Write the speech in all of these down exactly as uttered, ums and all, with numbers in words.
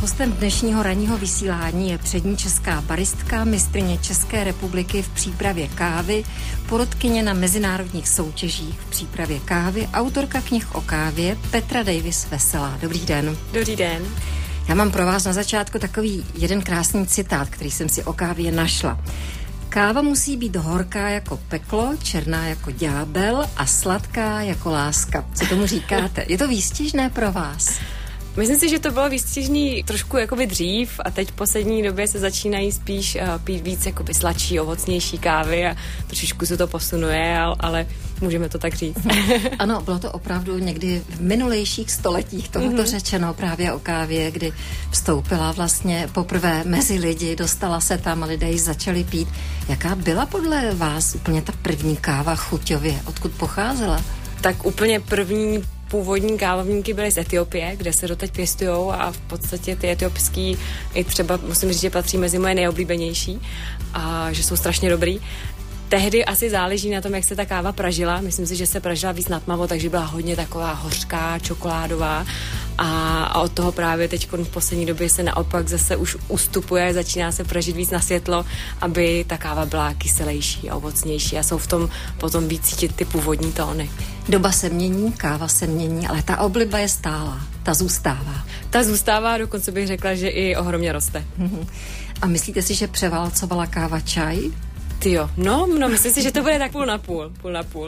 Hostem dnešního ranního vysílání je přední česká baristka, mistryně České republiky v přípravě kávy, porotkyně na mezinárodních soutěžích v přípravě kávy, autorka knih o kávě Petra Davis Veselá. Dobrý den. Dobrý den. Já mám pro vás na začátku takový jeden krásný citát, který jsem si o kávě našla. Káva musí být horká jako peklo, černá jako ďábel a sladká jako láska. Co tomu říkáte? Je to výstižné pro vás? Myslím si, že to bylo výstižný trošku jakoby dřív a teď v poslední době se začínají spíš uh, pít víc jakoby sladší, ovocnější kávy a trošičku se to posunuje, ale, ale můžeme to tak říct. Ano, bylo to opravdu někdy v minulejších stoletích tohoto mm-hmm. řečeno právě o kávě, kdy vstoupila vlastně poprvé mezi lidi, dostala se tam a lidé ji začali pít. Jaká byla podle vás úplně ta první káva chuťově? Odkud pocházela? Tak úplně první původní kávovníky byly z Etiopie, kde se doteď pěstujou a v podstatě ty etiopský i třeba, musím říct, že patří mezi moje nejoblíbenější a že jsou strašně dobrý. Tehdy asi záleží na tom, jak se ta káva pražila. Myslím si, že se pražila víc natmavo, takže byla hodně taková hořká, čokoládová a, a od toho právě teď v poslední době se naopak zase už ustupuje, začíná se pražit víc na světlo, aby ta káva byla kyselější a ovocnější a jsou v tom potom víc cítit ty původní tóny. Doba se mění, káva se mění, ale ta obliba je stálá, ta zůstává. Ta zůstává, dokonce bych řekla, že i ohromně roste. A myslíte si, že převálcovala káva čaj? Tyjo, no, no, myslím si, že to bude tak půl na půl, půl na půl.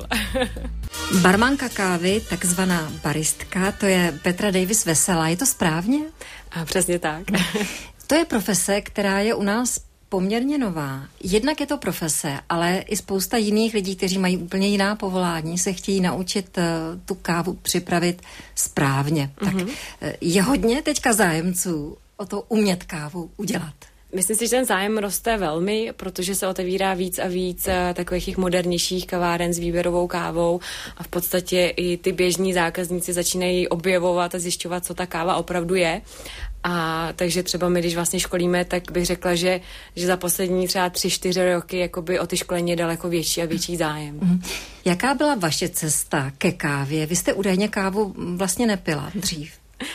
Barmanka kávy, takzvaná baristka, to je Petra Davis Veselá, je to správně? A přesně tak. To je profese, která je u nás poměrně nová. Jednak je to profese, ale i spousta jiných lidí, kteří mají úplně jiná povolání, se chtějí naučit uh, tu kávu připravit správně. Mm-hmm. Tak uh, je hodně teďka zájemců o to umět kávu udělat. Myslím si, že ten zájem roste velmi, protože se otevírá víc a víc takových těch modernějších kaváren s výběrovou kávou a v podstatě i ty běžní zákazníci začínají objevovat a zjišťovat, co ta káva opravdu je. A takže třeba my, když vlastně školíme, tak bych řekla, že, že za poslední třeba tři, čtyři roky jakoby o ty školení je daleko větší a větší zájem. Mm. Jaká byla vaše cesta ke kávě? Vy jste údajně kávu vlastně nepila dřív.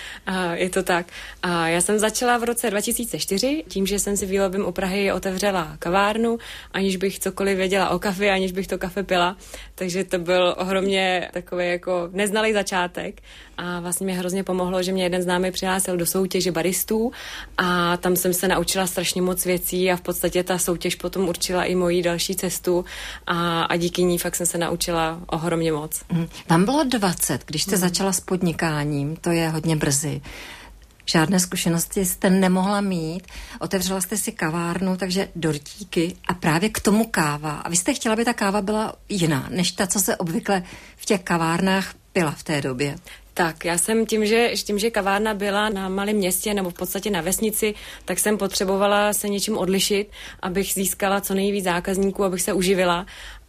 A je to tak. A já jsem začala v roce dva tisíce čtyři tím, že jsem si výlobem u Prahy otevřela kavárnu, aniž bych cokoliv věděla o kafe, aniž bych to kafe pila. Takže to byl ohromně takový jako neznalý začátek. A vlastně mě hrozně pomohlo, že mě jeden známý přihlásil do soutěže baristů a tam jsem se naučila strašně moc věcí a v podstatě ta soutěž potom určila i moji další cestu a, a díky ní fakt jsem se naučila ohromně moc. Mm. Vám bylo dvacet, když jste mm. začala s podnikáním, to je hodně brzy. Žádné zkušenosti jste nemohla mít, otevřela jste si kavárnu, takže dortíky a právě k tomu káva. A vy jste chtěla, aby ta káva byla jiná, než ta, co se obvykle v těch kavárnách pila v té době. Tak, já jsem tím že, tím, že kavárna byla na malém městě nebo v podstatě na vesnici, tak jsem potřebovala se něčím odlišit, abych získala co nejvíc zákazníků, abych se uživila.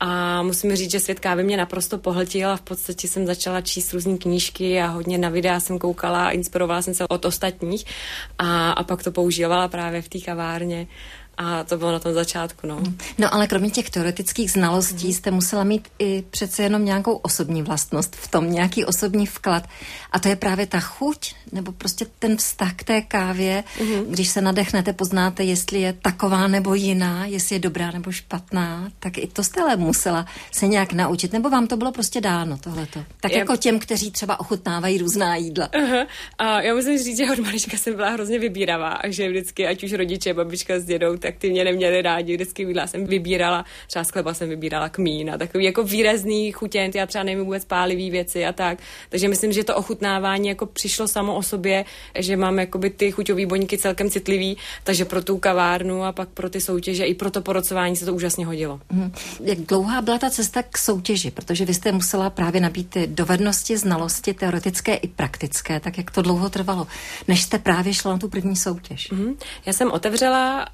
A musím říct, že svět kávy mě naprosto pohltil a v podstatě jsem začala číst různý knížky a hodně na videa jsem koukala a inspirovala jsem se od ostatních a, a pak to používala právě v té kavárně. A to bylo na tom začátku, no. No ale kromě těch teoretických znalostí mm. jste musela mít i přece jenom nějakou osobní vlastnost v tom, nějaký osobní vklad. A to je právě ta chuť, nebo prostě ten vztah k té kávě. Mm. Když se nadechnete, poznáte, jestli je taková nebo jiná, jestli je dobrá nebo špatná. Tak i to jste ale musela se nějak naučit. Nebo vám to bylo prostě dáno, tohleto. Tak je... jako těm, kteří třeba ochutnávají různá jídla. Uh-huh. A já musím říct, že od malička jsem byla hrozně vybíravá a že vždycky, ať už rodiče, babička s dědou, tak ty mě neměli rádi, vždycky jídla jsem vybírala, třeba z chleba jsem vybírala kmín a takový jako výrazný chutěnt, já třeba nevím vůbec pálivý věci a tak. Takže myslím, že to ochutnávání jako přišlo samo o sobě, že mám jakoby ty chuťový buňky celkem citlivý, takže pro tu kavárnu a pak pro ty soutěže i pro to porocování se to úžasně hodilo. Hmm. Jak dlouhá byla ta cesta k soutěži? Protože vy jste musela právě nabít ty dovednosti, znalosti teoretické i praktické, tak jak to dlouho trvalo, než jste právě šla na tu první soutěž? Hmm. Já jsem otevřela a v podstatě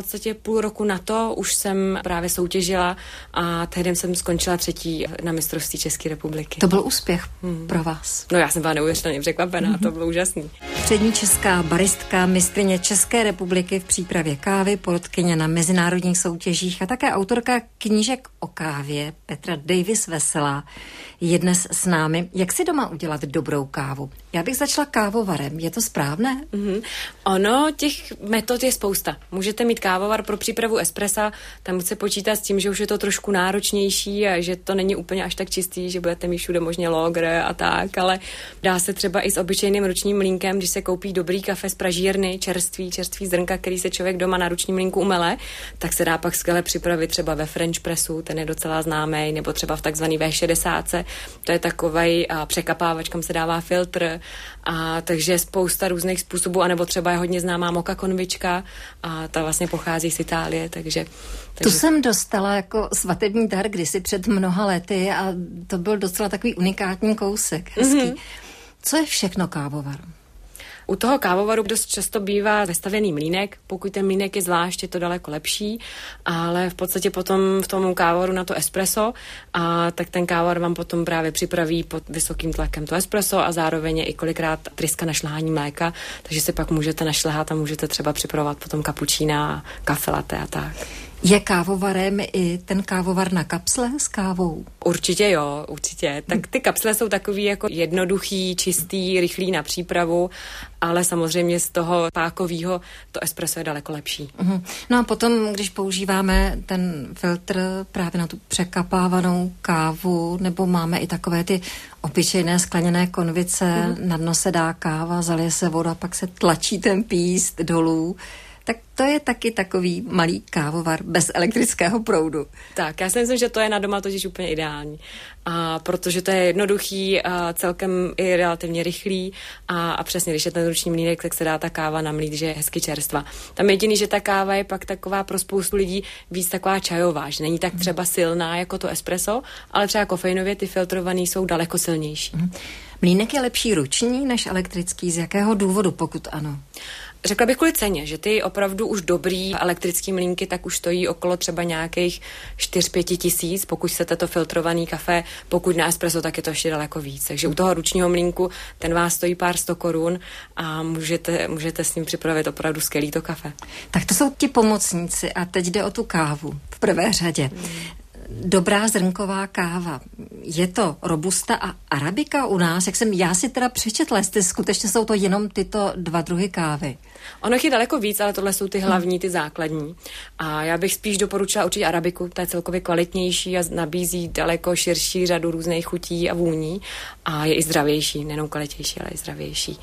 podstatě půl roku na to už jsem právě soutěžila a tehdy jsem skončila třetí na mistrovství České republiky. To byl úspěch hmm. pro vás. No já jsem byla neuvěřitelně překvapená, hmm. to bylo úžasný. Přední česká baristka, mistryně České republiky v přípravě kávy, porotkyně na mezinárodních soutěžích a také autorka knížek o kávě Petra Davis Veselá je dnes s námi. Jak si doma udělat dobrou kávu? Já bych začala kávovarem. Je to správné? Mm-hmm. Ono, těch metod je spousta. Můžete mít kávovar pro přípravu espressa, tam se počítá s tím, že už je to trošku náročnější a že to není úplně až tak čistý, že budete mít všude možně logr a tak, ale dá se třeba i s obyčejným ručním mlýnkem, když se koupí dobrý kafe z pražírny, čerstvý, čerstvý zrnka, který se člověk doma na ručním mlýnku umele, tak se dá pak skvěle připravit třeba ve French pressu, ten je docela známý, nebo třeba v takzvaný vé šedesát. To je takovej a, překapávač, kam se dává filtr, a takže spousta různých způsobů, anebo třeba je hodně známá moka konvička a ta vlastně pochází z Itálie, takže... takže... Tu jsem dostala jako svatební dar kdysi před mnoha lety a to byl docela takový unikátní kousek, hezký. Mm-hmm. Co je všechno kávovar? U toho kávovaru dost často bývá vestavěný mlýnek, pokud ten mlýnek je zvlášť, je to daleko lepší, ale v podstatě potom v tom kávovaru na to espresso, a tak ten kávovar vám potom právě připraví pod vysokým tlakem to espresso a zároveň je i kolikrát tryska na šlehání mléka, takže si pak můžete našlehat a můžete třeba připravovat potom kapučína, kafe latte a tak. Je kávovarem i ten kávovar na kapsle s kávou? Určitě jo, určitě. Tak ty kapsle jsou takový jako jednoduchý, čistý, rychlý na přípravu, ale samozřejmě z toho pákovýho to espresso je daleko lepší. Uh-huh. No a potom, když používáme ten filtr právě na tu překapávanou kávu, nebo máme i takové ty obyčejné skleněné konvice, uh-huh. na dno se dá káva, zalije se voda, pak se tlačí ten píst dolů, tak to je taky takový malý kávovar bez elektrického proudu. Tak, já si myslím, že to je na doma totiž úplně ideální. A protože to je jednoduchý, a celkem i relativně rychlý a, a přesně, když je ten ruční mlýnek, tak se dá ta káva namlít, že je hezky čerstva. Tam jediný, že ta káva je pak taková pro spoustu lidí víc taková čajová, že není tak třeba silná jako to espresso, ale třeba kofeinově ty filtrovaný jsou daleko silnější. Mlýnek je lepší ruční než elektrický? Z jakého důvodu, pokud ano? Řekla bych kvůli ceně, že ty opravdu už dobrý elektrický mlýnky tak už stojí okolo třeba nějakých čtyři pět tisíc, pokud chcete to filtrovaný kafe, pokud na espresso, tak je to ještě daleko víc. Takže u toho ručního mlýnku ten vás stojí pár sto korun a můžete, můžete s ním připravit opravdu skvělý to kafe. Tak to jsou ti pomocníci a teď jde o tu kávu v prvé řadě. Hmm. Dobrá zrnková káva. Je to robusta a arabika u nás? Jak jsem já si teda přečetla, jestli skutečně jsou to jenom tyto dva druhy kávy. Ono je daleko víc, ale tohle jsou ty hlavní, ty základní. A já bych spíš doporučila určitě arabiku, ta je celkově kvalitnější a nabízí daleko širší řadu různých chutí a vůní a je i zdravější, nejenom kvalitnější, ale i zdravější.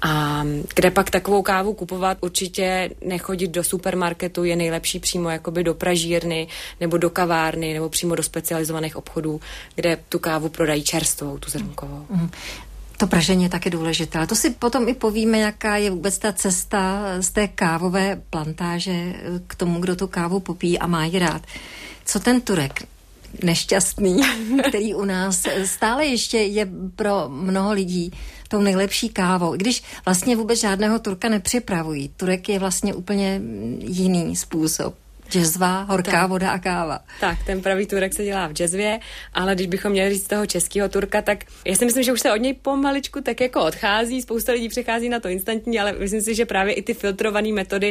A kde pak takovou kávu kupovat, určitě nechodit do supermarketu, je nejlepší přímo jakoby do pražírny nebo do kavárny nebo přímo do specializovaných obchodů, kde tu kávu prodají čerstvou, tu zrnkovou. Mm. To pražení je taky důležité. Ale to si potom i povíme, jaká je vůbec ta cesta z té kávové plantáže k tomu, kdo tu kávu popíjí a má ji rád. Co ten Turek nešťastný, který u nás stále ještě je pro mnoho lidí tou nejlepší kávou. I když vlastně vůbec žádného Turka nepřipravují. Turek je vlastně úplně jiný způsob. Džezva, horká tak. voda a káva. Tak, ten pravý Turek se dělá v džezvě, ale když bychom měli říct toho českého Turka, tak já si myslím, že už se od něj pomaličku tak jako odchází, spousta lidí přechází na to instantní, ale myslím si, že právě i ty filtrované metody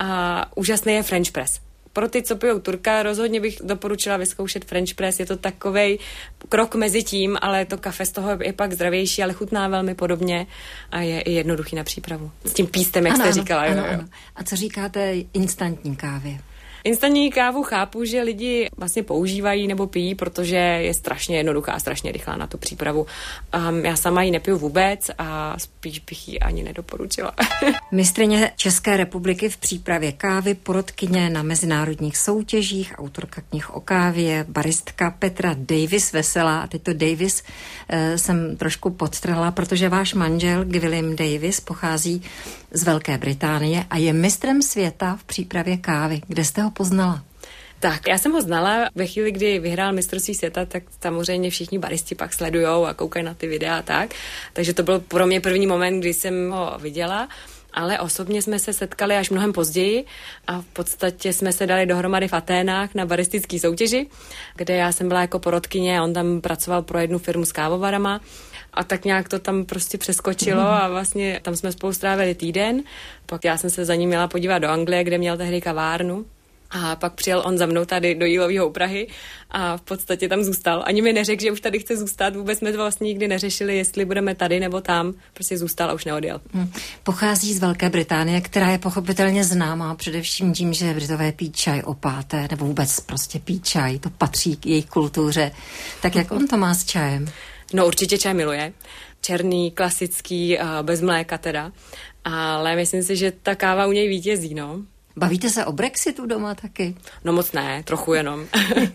a úžasný je French press. Pro ty, co pijou Turka, rozhodně bych doporučila vyzkoušet French press, je to takovej krok mezi tím, ale to kafe z toho je pak zdravější, ale chutná velmi podobně a je i jednoduchý na přípravu. S tím pístem, jak ano, jste říkala. Ano, jo, jo. ano. A co říkáte instantní kávě? Instantní kávu chápu, že lidi vlastně používají nebo pijí, protože je strašně jednoduchá, strašně rychlá na tu přípravu. Um, já sama ji nepiju vůbec a spíš bych ji ani nedoporučila. Mistryně České republiky v přípravě kávy, porotkyně na mezinárodních soutěžích, autorka knih o kávě, baristka Petra Davis Veselá. A teď to Davis e, jsem trošku podtrhla, protože váš manžel Gwilym Davis pochází z Velké Británie a je mistrem světa v přípravě kávy. Kde jste ho poznala? Tak, já jsem ho znala ve chvíli, kdy vyhrál mistrovství světa, tak samozřejmě všichni baristi pak sledujou a koukají na ty videa a tak. Takže to byl pro mě první moment, kdy jsem ho viděla. ale osobně jsme se setkali až mnohem později a v podstatě jsme se dali dohromady v Aténách na baristické soutěži, kde já jsem byla jako porodkyně a on tam pracoval pro jednu firmu s kávovarama. A tak nějak to tam prostě přeskočilo a vlastně tam jsme spolu strávili týden. Pak já jsem se za ním měla podívat do Anglie, kde měl tehdy kavárnu. A pak přijel on za mnou tady do Jílovýho u Prahy a v podstatě tam zůstal. Ani mi neřekl, že už tady chce zůstat. Vůbec jsme to vlastně nikdy neřešili, jestli budeme tady nebo tam. Prostě zůstal a už neodjel. Hmm. Pochází z Velké Británie, která je pochopitelně známá především tím, že Britové pí čaj o páté, nebo vůbec prostě pí čaj. To patří k jejich kultuře. Tak jak on to má s čajem? No určitě čaj miluje. Černý, klasický, bez mléka teda. Ale myslím si, že ta káva u něj vítězí, no. Bavíte se o Brexitu doma taky? No moc ne, trochu jenom.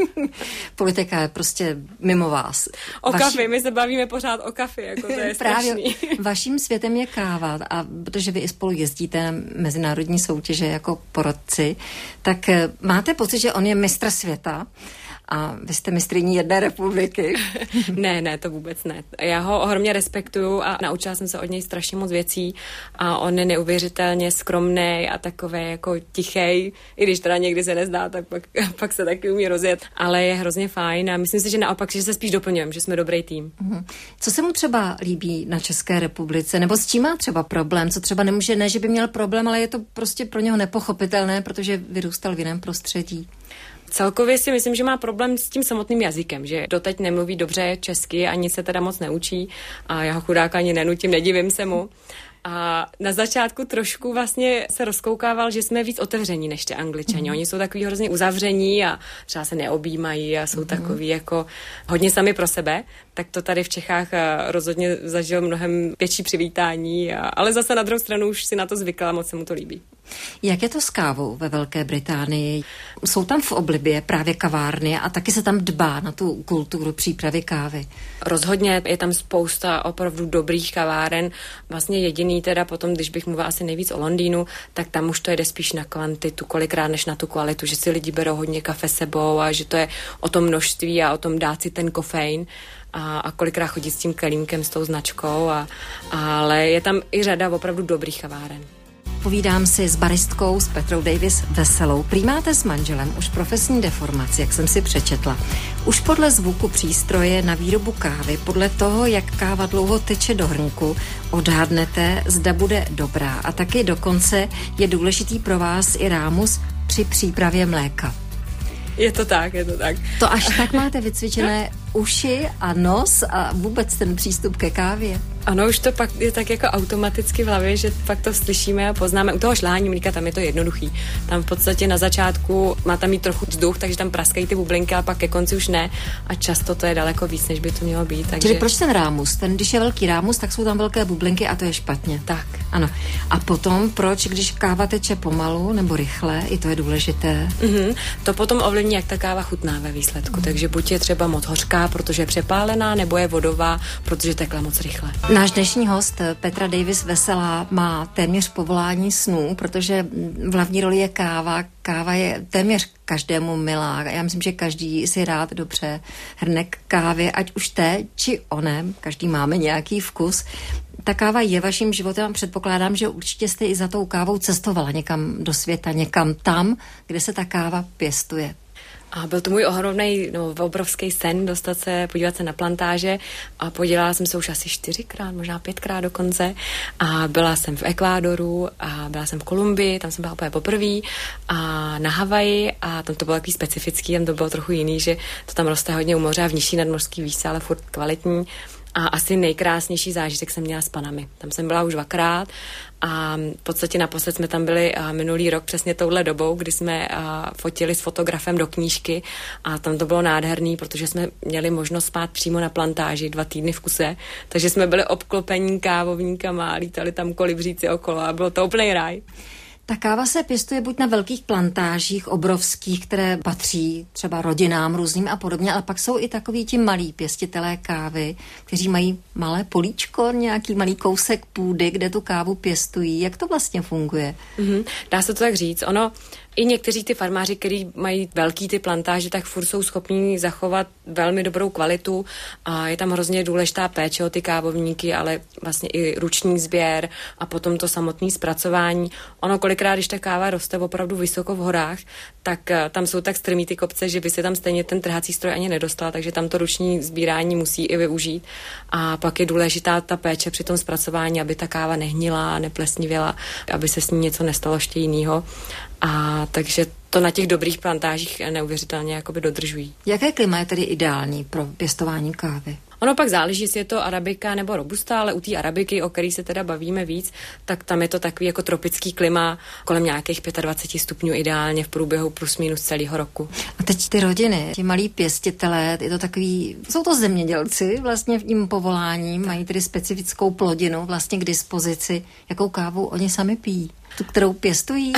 Politika je prostě mimo vás. O Vaši... kafi, my se bavíme pořád o kafi, jako to je Právě strašný. Vaším světem je káva a protože vy i spolu jezdíte na mezinárodní soutěže jako porodci, tak máte pocit, že on je mistr světa? A vy jste mistryní jedné republiky. ne, ne, to vůbec ne. Já ho ohromně respektuju a naučila jsem se od něj strašně moc věcí a on je neuvěřitelně skromnej a takovej jako tichej, i když teda někdy se nezdá, tak pak, pak se taky umí rozjet, ale je hrozně fajn a myslím si, že naopak, že se spíš doplňujeme, že jsme dobrý tým. Co se mu třeba líbí na České republice, nebo s čím má třeba problém, co třeba nemůže, ne, že by měl problém, ale je to prostě pro něho nepochopitelné, protože vyrůstal v jiném prostředí. Celkově si myslím, že má problém s tím samotným jazykem, že doteď nemluví dobře česky, ani se teda moc neučí a já ho chudáka ani nenutím, nedivím se mu. A na začátku trošku vlastně se rozkoukával, že jsme víc otevření než ty Angličani. Mm. Oni jsou takový hrozně uzavření a třeba se neobjímají a jsou mm. takový jako hodně sami pro sebe. Tak to tady v Čechách rozhodně zažil mnohem větší přivítání, a, ale zase na druhou stranu už si na to zvykla, moc se mu to líbí. Jak je to s kávou ve Velké Británii? Jsou tam v oblibě právě kavárny a taky se tam dbá na tu kulturu přípravy kávy? Rozhodně je tam spousta opravdu dobrých kaváren. Vlastně jediný teda potom, když bych mluvila asi nejvíc o Londýnu, tak tam už to jde spíš na kvantitu, kolikrát než na tu kvalitu, že si lidi berou hodně kafe sebou a že to je o tom množství a o tom dát si ten kofein. A, a kolikrát chodit s tím kelímkem, s tou značkou, a, ale je tam i řada opravdu dobrých kaváren. Povídám si s baristkou, s Petrou Davis Veselou. Prý máte s manželem už profesní deformaci, jak jsem si přečetla. Už podle zvuku přístroje na výrobu kávy, podle toho, jak káva dlouho teče do hrnku, odhadnete, zda bude dobrá. A taky dokonce je důležitý pro vás i rámus při přípravě mléka. Je to tak, je to tak. To až tak máte vycvičené uši a nos a vůbec ten přístup ke kávě? Ano, už to pak je tak jako automaticky v hlavě, že pak to slyšíme a poznáme. U toho šlání mlíka tam je to jednoduchý. Tam v podstatě na začátku má tam mít trochu vzduch, takže tam praskají ty bublinky, a pak ke konci už ne. A často to je daleko víc, než by to mělo být. Takže... Čili proč ten rámus? Ten, když je velký rámus, tak jsou tam velké bublinky a to je špatně. Tak. Ano. A potom, proč, když káva teče pomalu nebo rychle, i to je důležité? Mm-hmm. To potom ovlivní, jak ta káva chutná ve výsledku. Mm. Takže buď je třeba moc hořká, protože je přepálená, nebo je vodová, protože tekla moc rychle. Náš dnešní host Petra Davis Veselá má téměř povolání snů, protože v hlavní roli je káva. Káva je téměř každému milá. Já myslím, že každý si rád dobře hrnek kávy, ať už té či onem. Každý máme nějaký vkus. Ta káva je vaším životem a předpokládám, že určitě jste i za tou kávou cestovala někam do světa, někam tam, kde se ta káva pěstuje. A byl to můj ohromný, no, obrovský sen dostat se, podívat se na plantáže, a podělala jsem se už asi čtyřikrát, možná pětkrát dokonce, a byla jsem v Ekvádoru a byla jsem v Kolumbii, tam jsem byla úplně poprvé, a na Havaji, a tam to bylo takový specifický, tam to bylo trochu jiný, že to tam roste hodně u moře a v nižší nadmořský výšce, ale furt kvalitní. A asi nejkrásnější zážitek jsem měla s Panami. Tam jsem byla už dvakrát a v podstatě naposled jsme tam byli minulý rok přesně touhle dobou, kdy jsme fotili s fotografem do knížky, a tam to bylo nádherný, protože jsme měli možnost spát přímo na plantáži dva týdny v kuse, takže jsme byli obklopení kávovníkama, lítali tam kolibříci okolo a bylo to úplný ráj. Ta káva se pěstuje buď na velkých plantážích obrovských, které patří třeba rodinám různým a podobně, ale pak jsou i takoví ti malí pěstitelé kávy, kteří mají malé políčko, nějaký malý kousek půdy, kde tu kávu pěstují. Jak to vlastně funguje? Mm-hmm. Dá se to tak říct. Ono i někteří ty farmáři, kteří mají velký ty plantáže, tak furt jsou schopní zachovat velmi dobrou kvalitu a je tam hrozně důležitá péče o ty kávovníky, ale vlastně i ruční sběr a potom to samotné zpracování. Ono kolikrát, když ta káva roste opravdu vysoko v horách, tak tam jsou tak strmý ty kopce, že by se tam stejně ten trhací stroj ani nedostal, takže tam to ruční sbírání musí i využít. A pak je důležitá ta péče při tom zpracování, aby ta káva nehnila, neplesnivěla, aby se s ní něco nestalo ještě jinýho. A takže to na těch dobrých plantážích neuvěřitelně jakoby dodržují. Jaké klima je tedy ideální pro pěstování kávy? Ono pak záleží, jestli je to arabika nebo robusta, ale u té arabiky, o který se teda bavíme víc, tak tam je to takový jako tropický klima, kolem nějakých dvacet pět stupňů ideálně v průběhu plus minus celého roku. A teď ty rodiny, ti malí pěstitelé, je to takový, jsou to zemědělci vlastně v tím povoláním, mají tedy specifickou plodinu vlastně k dispozici. Jakou kávu oni sami pijí? Tu, kterou pěstují?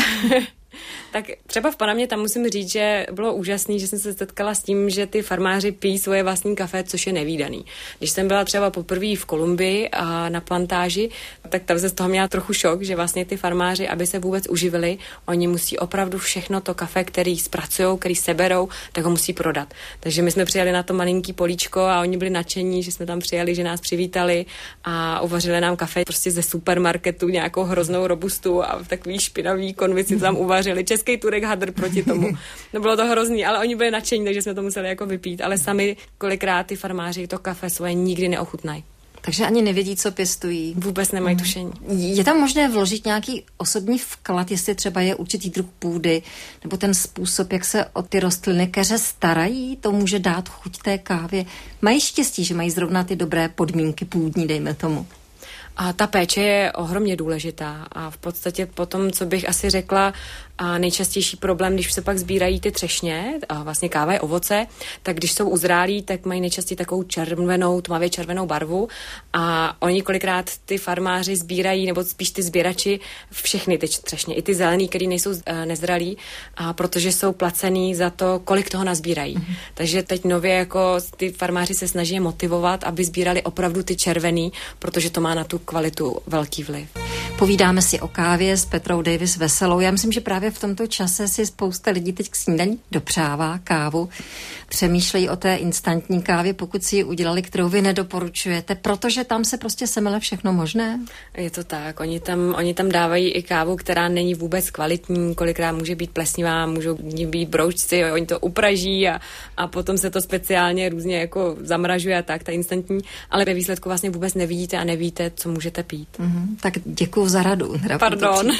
Tak třeba v Panamě tam musím říct, že bylo úžasný, že jsem se setkala s tím, že ty farmáři pijí svoje vlastní kafe, což je nevídaný. Když jsem byla třeba poprvé v Kolumbii a na plantáži, tak tam se z toho měla trochu šok, že vlastně ty farmáři, aby se vůbec uživili, oni musí opravdu všechno to kafe, který zpracujou, který seberou, tak ho musí prodat. Takže my jsme přijeli na to malinký políčko a oni byli nadšení, že jsme tam přijeli, že nás přivítali a uvařili nám kafe prostě ze supermarketu, nějakou hroznou robustu a v takový špinavý konvici tam uvařili český Turek hadr proti tomu. No bylo to hrozný, ale oni byli nadšení, takže jsme to museli jako vypít, ale sami kolikrát ty farmáři to kafe svoje nikdy neochutnají. Takže ani nevědí, co pěstují. Vůbec nemají tušení. Je tam možné vložit nějaký osobní vklad, jestli třeba je určitý druh půdy, nebo ten způsob, jak se o ty rostliny keře starají, to může dát chuť té kávě. Mají štěstí, že mají zrovna ty dobré podmínky půdní, dejme tomu. A ta péče je ohromně důležitá a v podstatě potom, co bych asi řekla, a nejčastější problém, když se pak sbírají ty třešně, a vlastně káva je ovoce, tak když jsou uzrálí, tak mají nejčastěji takovou červenou, tmavě červenou barvu a oni kolikrát ty farmáři sbírají, nebo spíš ty sběrači, všechny ty třešně, i ty zelený, který nejsou uh, nezralí, a protože jsou placený za to, kolik toho nazbírají. Mm-hmm. Takže teď nově jako ty farmáři se snaží je motivovat, aby sbírali opravdu ty červený, protože to má na tu kvalitu velký vliv. Povídáme si o kávě s Petrou Davis Veselou. Já myslím, že právě v tomto čase si spousta lidí teď k snídani dopřává kávu. Přemýšlejí o té instantní kávě, pokud si ji udělali, kterou vy nedoporučujete, protože tam se prostě semele všechno možné. Je to tak. Oni tam, oni tam dávají i kávu, která není vůbec kvalitní, kolikrát může být plesnivá, můžou být broučci, oni to upraží a, a potom se to speciálně různě jako zamražuje a tak, ta instantní, ale ve výsledku vlastně vůbec nevidíte a nevíte, co můžete pít. Mm-hmm. Tak děkuju za radu. Pardon.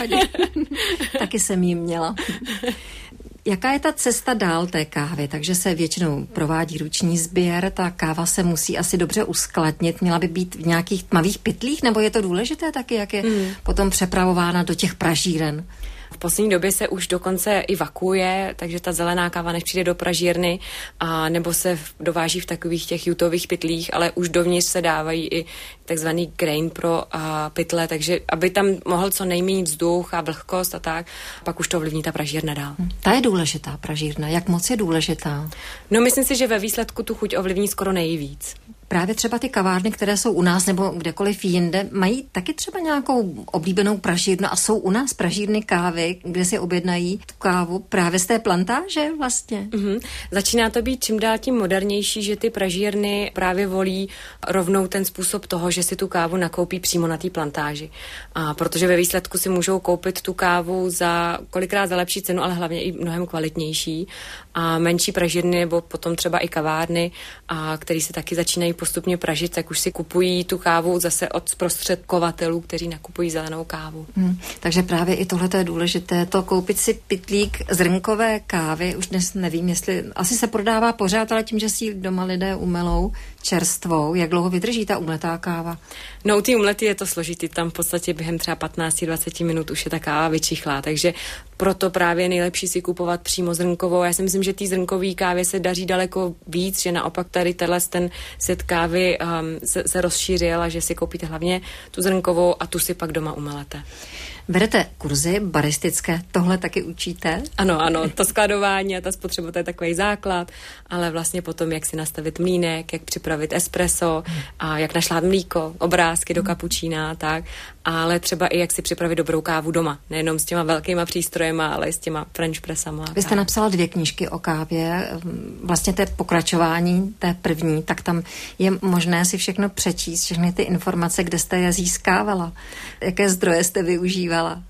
Taky jsem jí měla. Jaká je ta cesta dál té kávy? Takže se většinou provádí ruční sběr, ta káva se musí asi dobře uskladnit, měla by být v nějakých tmavých pytlích, nebo je to důležité taky, jak je mm. potom přepravována do těch pražíren? V poslední době se už dokonce i vakuje, takže ta zelená káva než přijde do pražírny, a nebo se dováží v takových těch jutových pytlích, ale už dovnitř se dávají i takzvaný grain pro a, pytle, takže aby tam mohl co nejméně vzduch a vlhkost a tak, pak už to ovlivní ta pražírna dál. Ta je důležitá pražírna. Jak moc je důležitá? No myslím si, že ve výsledku tu chuť ovlivní skoro nejvíc. Právě třeba ty kavárny, které jsou u nás nebo kdekoliv jinde, mají taky třeba nějakou oblíbenou pražírnu a jsou u nás pražírny kávy, kde si objednají tu kávu právě z té plantáže vlastně. Mm-hmm. Začíná to být čím dál tím modernější, že ty pražírny právě volí rovnou ten způsob toho, že si tu kávu nakoupí přímo na té plantáži. A protože ve výsledku si můžou koupit tu kávu za kolikrát za lepší cenu, ale hlavně i mnohem kvalitnější. A menší pražírny nebo potom třeba i kavárny, a který se taky začínají postupně pražit, tak už si kupují tu kávu zase od zprostředkovatelů, kteří nakupují zelenou kávu. Hmm, takže právě i tohle je důležité, to koupit si pytlík zrnkové kávy, už dnes nevím, jestli asi se prodává pořád, ale tím, že si doma lidé umelou čerstvou, jak dlouho vydrží ta umletá káva? No u té umlety je to složitý, tam v podstatě během třeba patnáct dvacet minut už je ta káva vyčichlá, takže proto právě nejlepší si kupovat přímo zrnkovou. Já si myslím, že té zrnkové kávě se daří daleko víc, že naopak tady tenhle ten set kávy um, se, se rozšířil a že si koupíte hlavně tu zrnkovou a tu si pak doma umelete. Berete kurzy baristické, tohle taky učíte? Ano, ano, to skladování a ta spotřeba, to je takový základ, ale vlastně potom, jak si nastavit mlýnek, jak připravit espresso a jak našlát mlíko, obrázky do kapučína, tak. ale třeba i jak si připravit dobrou kávu doma. Nejenom s těma velkýma přístrojema, ale i s těma French pressama. Vy jste napsala dvě knížky o kávě, vlastně té pokračování té první, tak tam je možné si všechno přečíst, všechny ty informace, kde jste je získávala, jaké zdroje jste využívala.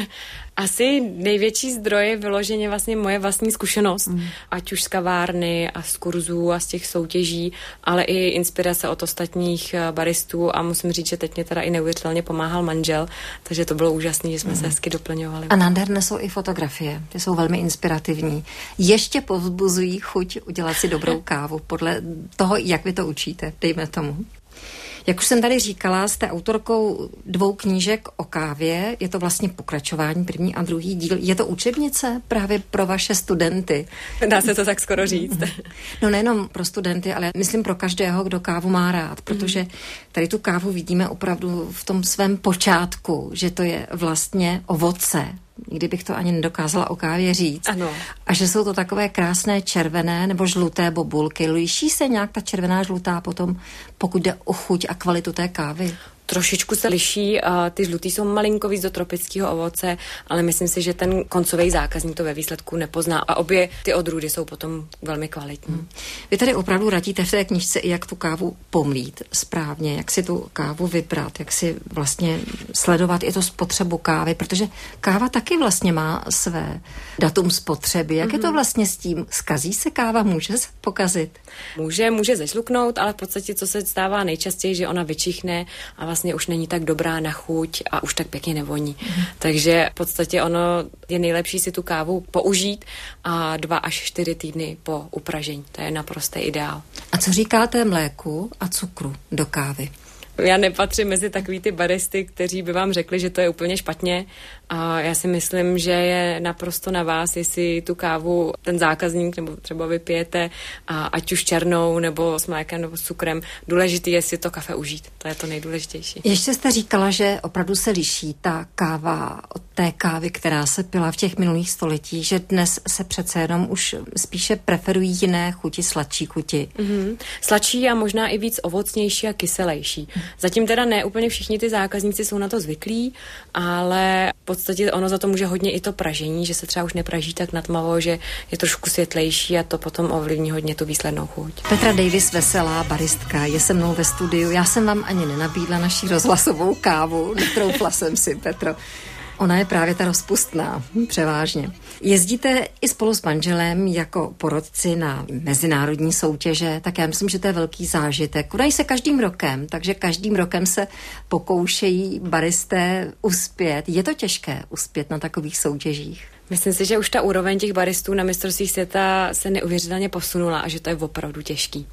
Asi největší zdroj je vyloženě vlastně moje vlastní zkušenost, mm. ať už z kavárny a z kurzů a z těch soutěží, ale i inspirace od ostatních baristů a musím říct, že teď mě teda i neuvěřitelně pomáhal manžel, takže to bylo úžasné, že jsme mm. se hezky doplňovali. A nádherné jsou i fotografie, ty jsou velmi inspirativní. Ještě povzbuzují chuť udělat si dobrou kávu podle toho, jak vy to učíte, dejme tomu. Jak už jsem tady říkala, jste autorkou dvou knížek o kávě, je to vlastně pokračování, první a druhý díl. Je to učebnice právě pro vaše studenty? Dá se to tak skoro říct. No nejenom pro studenty, ale myslím pro každého, kdo kávu má rád, protože tady tu kávu vidíme opravdu v tom svém počátku, že to je vlastně ovoce. Nikdy bych to ani nedokázala o kávě říct. Ano. A že jsou to takové krásné červené nebo žluté bobulky. Liší se nějak ta červená žlutá potom, pokud jde o chuť a kvalitu té kávy? Trošičku se liší, a ty žlutý jsou malinko víc do tropického ovoce, ale myslím si, že ten koncový zákazník to ve výsledku nepozná a obě ty odrůdy jsou potom velmi kvalitní. Hmm. Vy tady opravdu radíte v té knížce i jak tu kávu pomlít správně, jak si tu kávu vybrat, jak si vlastně sledovat i to spotřebu kávy, protože káva taky vlastně má své datum spotřeby. Jak mm-hmm. je to vlastně s tím? Skazí se káva? Může se pokazit? Může, může zežluknout, ale v podstatě co se stává nejčastěji, že ona vyčichne a vlastně už není tak dobrá na chuť a už tak pěkně nevoní. Mm. Takže v podstatě ono je nejlepší si tu kávu použít a dva až čtyři týdny po upražení. To je naprostý ideál. A co říkáte mléku a cukru do kávy? Já nepatřím mezi takový ty baristy, kteří by vám řekli, že to je úplně špatně a já si myslím, že je naprosto na vás, jestli tu kávu ten zákazník nebo třeba vypijete, a ať už černou nebo s mlékem nebo s cukrem. Důležitý je si to kafe užít, to je to nejdůležitější. Ještě jste říkala, že opravdu se liší ta káva od té kávy, která se pila v těch minulých stoletích, že dnes se přece jenom už spíše preferují jiné chuti, sladší chuti. Mm-hmm. Sladší a možná i víc ovocnější a kyselejší. Zatím teda ne úplně všichni ty zákazníci jsou na to zvyklí, ale v podstatě ono za to může hodně i to pražení, že se třeba už nepraží tak natmavo, že je trošku světlejší a to potom ovlivní hodně tu výslednou chuť. Petra Davis, veselá baristka, je se mnou ve studiu. Já jsem vám ani nenabídla naši rozhlasovou kávu, netroufla jsem si, Petro. Ona je právě ta rozpustná, převážně. Jezdíte i spolu s manželem jako porodci na mezinárodní soutěže, tak já myslím, že to je velký zážitek. Konají se každým rokem, takže každým rokem se pokoušejí baristé uspět. Je to těžké uspět na takových soutěžích? Myslím si, že už ta úroveň těch baristů na mistrovství světa se neuvěřitelně posunula a že to je opravdu těžký.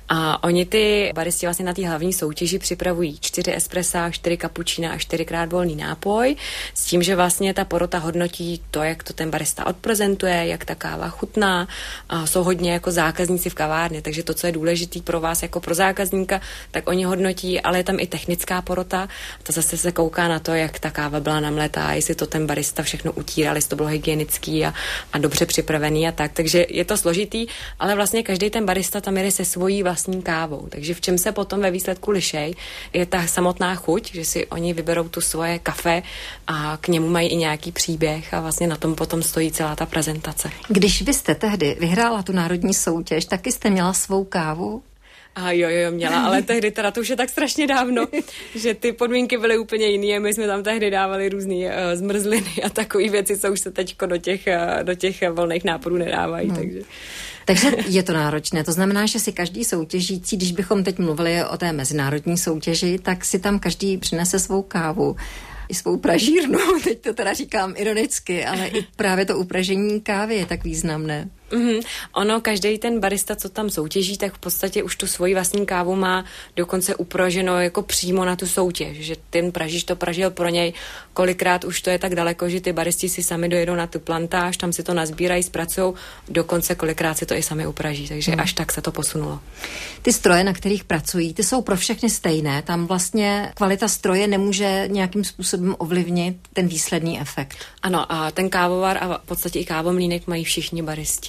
A oni ty baristi vlastně na té hlavní soutěži připravují čtyři espressa, čtyři kapučína a čtyřikrát volný nápoj, s tím, že vlastně ta porota hodnotí to, jak to ten barista odprezentuje, jak ta káva chutná, a jsou hodně jako zákazníci v kavárně, takže to, co je důležitý pro vás jako pro zákazníka, tak oni hodnotí, ale je tam i technická porota, to zase se kouká na to, jak ta káva byla namletá, jestli to ten barista všechno utíral, jestli to bylo hygienický a, a dobře připravený a tak. Takže je to složitý, ale vlastně každý ten barista tam jede se svojí vlastní kávou. Takže v čem se potom ve výsledku lišej, je ta samotná chuť, že si oni vyberou tu svoje kafe a k němu mají i nějaký příběh a vlastně na tom potom stojí celá ta prezentace. Když vy jste tehdy vyhrála tu národní soutěž, taky jste měla svou kávu? A jo, jo, měla, ale tehdy teda to už je tak strašně dávno, že ty podmínky byly úplně jiné. My jsme tam tehdy dávali různé uh, zmrzliny a takové věci, co už se teďko do těch, uh, do těch volných náporů nedávají, hmm. takže... Takže je to náročné. To znamená, že si každý soutěžící, když bychom teď mluvili o té mezinárodní soutěži, tak si tam každý přinese svou kávu. I svou pražírnu, teď to teda říkám ironicky, ale i právě to upražení kávy je tak významné. Mm-hmm. Ono, každý ten barista, co tam soutěží, tak v podstatě už tu svoji vlastní kávu má dokonce upraženo jako přímo na tu soutěž, že ten pražič to pražil pro něj, kolikrát už to je tak daleko, že ty baristi si sami dojedou na tu plantáž, tam si to nazbírají, zpracujou, dokonce kolikrát si to i sami upraží, takže mm. až tak se to posunulo. Ty stroje, na kterých pracují, ty jsou pro všechny stejné, tam vlastně kvalita stroje nemůže nějakým způsobem ovlivnit ten výsledný efekt. Ano, a ten kávovar a v podstatě i kávomlýnek mají všichni baristi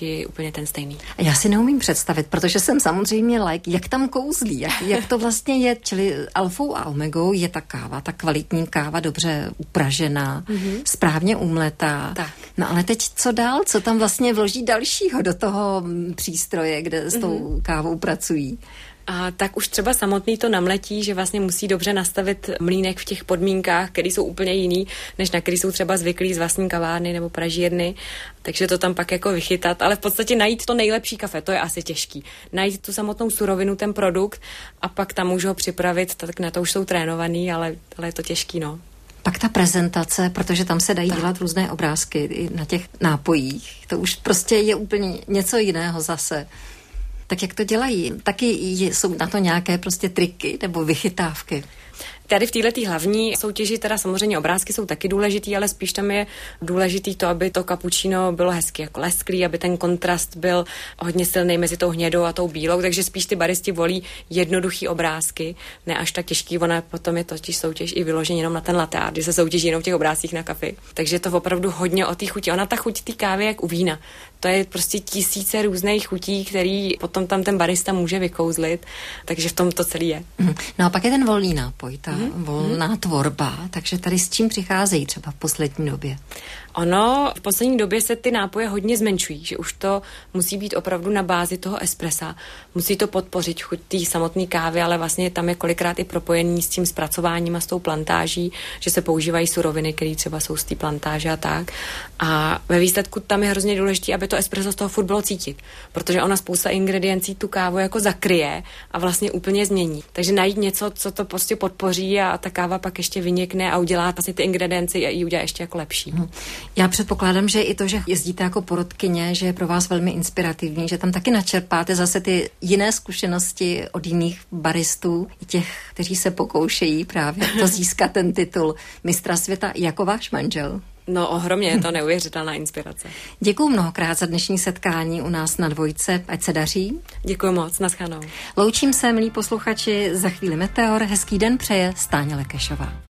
vždycky úplně ten stejný. Já si neumím představit, protože jsem samozřejmě like, jak tam kouzlí, jak, jak to vlastně je, čili alfou a omegou je ta káva, ta kvalitní káva, dobře upražená, mm-hmm. správně umletá. Tak. No ale teď co dál? Co tam vlastně vloží dalšího do toho přístroje, kde s tou mm-hmm. kávou pracují? A tak už třeba samotný to namletí, že vlastně musí dobře nastavit mlýnek v těch podmínkách, které jsou úplně jiný, než na který jsou třeba zvyklí z vlastní kavárny nebo pražírny. Takže to tam pak jako vychytat, ale v podstatě najít to nejlepší kafe, to je asi těžký. Najít tu samotnou surovinu, ten produkt a pak tam můžu ho připravit, tak na to už jsou trénovaný, ale, ale je to těžký, no. Pak ta prezentace, protože tam se dají tak. dělat různé obrázky i na těch nápojích. To už prostě je úplně něco jiného zase. Tak jak to dělají? Taky jsou na to nějaké prostě triky nebo vychytávky? Tady v této hlavní soutěži teda samozřejmě obrázky jsou taky důležitý, ale spíš tam je důležitý to, aby to kapučíno bylo hezky jako lesklý, aby ten kontrast byl hodně silný mezi tou hnědou a tou bílou, takže spíš ty baristi volí jednoduchý obrázky, ne až tak těžký, ona potom je totiž soutěž i vyloženě jenom na ten latte art, kdy se soutěží jenom v těch obrázcích na kafe. Takže je to opravdu hodně o té chuti. Ona ta chuť té kávy jak u vína. To je prostě tisíce různých chutí, který potom tam ten barista může vykouzlit, takže v tom to celý je. No a pak je ten volný nápoj, ta mm. volná tvorba, takže tady s čím přicházejí třeba v poslední době? Ono v poslední době se ty nápoje hodně zmenšují, že už to musí být opravdu na bázi toho espressa. Musí to podpořit chuť té samotné kávy, ale vlastně tam je kolikrát i propojený s tím zpracováním a s tou plantáží, že se používají suroviny, které třeba jsou z té plantáže a tak. A ve výsledku tam je hrozně důležité, aby to espresso z toho furt bylo cítit, protože ona spousta ingrediencí tu kávu jako zakryje a vlastně úplně změní. Takže najít něco, co to prostě podpoří a ta káva pak ještě vynikne a udělá vlastně ty ingredience a ji udělá ještě jako lepší. Hmm. Já předpokládám, že i to, že jezdíte jako porodkyně, že je pro vás velmi inspirativní, že tam taky načerpáte zase ty jiné zkušenosti od jiných baristů, i těch, kteří se pokoušejí právě to získat ten titul mistra světa jako váš manžel. No ohromně, je to neuvěřitelná inspirace. Děkuju mnohokrát za dnešní setkání u nás na Dvojce, ať se daří. Děkuju moc, naschledanou. Loučím se, milí posluchači, za chvíli Meteor, hezký den přeje Stáňa Lekešová.